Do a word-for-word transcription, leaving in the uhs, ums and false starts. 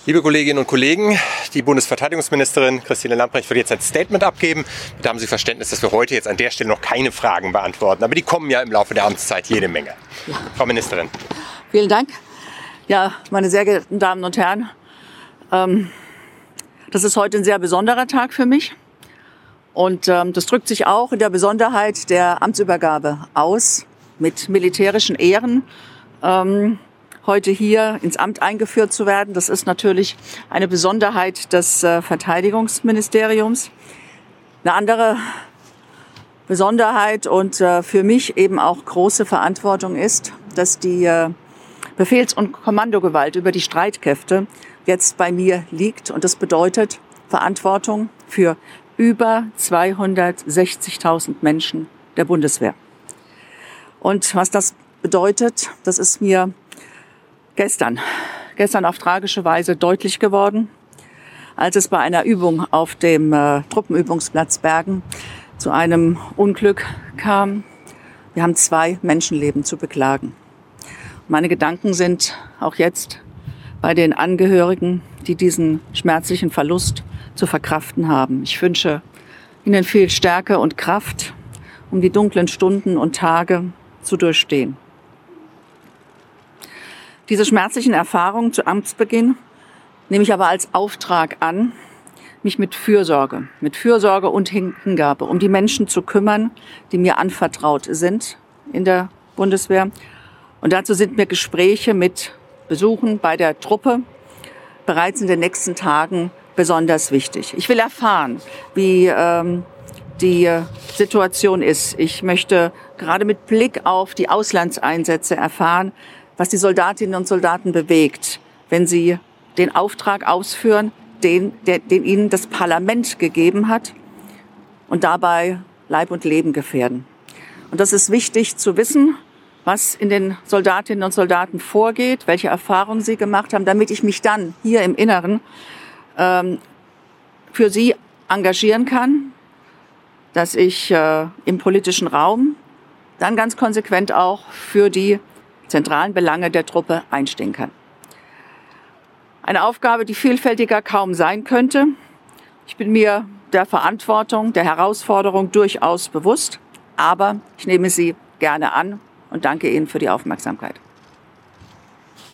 Liebe Kolleginnen und Kollegen, die Bundesverteidigungsministerin Christine Lambrecht wird jetzt ein Statement abgeben. Bitte haben Sie Verständnis, dass wir heute jetzt an der Stelle noch keine Fragen beantworten. Aber die kommen ja im Laufe der Amtszeit jede Menge. Ja. Frau Ministerin. Vielen Dank. Ja, meine sehr geehrten Damen und Herren, ähm, das ist heute ein sehr besonderer Tag für mich. Und ähm, das drückt sich auch in der Besonderheit der Amtsübergabe aus, mit militärischen Ehren. Ähm, heute hier ins Amt eingeführt zu werden. Das ist natürlich eine Besonderheit des äh, Verteidigungsministeriums. Eine andere Besonderheit und äh, für mich eben auch große Verantwortung ist, dass die äh, Befehls- und Kommandogewalt über die Streitkräfte jetzt bei mir liegt. Und das bedeutet Verantwortung für über zweihundertsechzigtausend Menschen der Bundeswehr. Und was das bedeutet, das ist mir Gestern, gestern auf tragische Weise deutlich geworden, als es bei einer Übung auf dem äh, Truppenübungsplatz Bergen zu einem Unglück kam. Wir haben zwei Menschenleben zu beklagen. Meine Gedanken sind auch jetzt bei den Angehörigen, die diesen schmerzlichen Verlust zu verkraften haben. Ich wünsche Ihnen viel Stärke und Kraft, um die dunklen Stunden und Tage zu durchstehen. Diese schmerzlichen Erfahrungen zu Amtsbeginn nehme ich aber als Auftrag an, mich mit Fürsorge, mit Fürsorge und Hingabe um die Menschen zu kümmern, die mir anvertraut sind in der Bundeswehr. Und dazu sind mir Gespräche mit Besuchen bei der Truppe bereits in den nächsten Tagen besonders wichtig. Ich will erfahren, wie ähm, die Situation ist. Ich möchte gerade mit Blick auf die Auslandseinsätze erfahren, was die Soldatinnen und Soldaten bewegt, wenn sie den Auftrag ausführen, den, der, den ihnen das Parlament gegeben hat und dabei Leib und Leben gefährden. Und das ist wichtig zu wissen, was in den Soldatinnen und Soldaten vorgeht, welche Erfahrungen sie gemacht haben, damit ich mich dann hier im Inneren ähm, für sie engagieren kann, dass ich äh, im politischen Raum dann ganz konsequent auch für die zentralen Belange der Truppe einstehen kann. Eine Aufgabe, die vielfältiger kaum sein könnte. Ich bin mir der Verantwortung, der Herausforderung durchaus bewusst, aber ich nehme sie gerne an und danke Ihnen für die Aufmerksamkeit.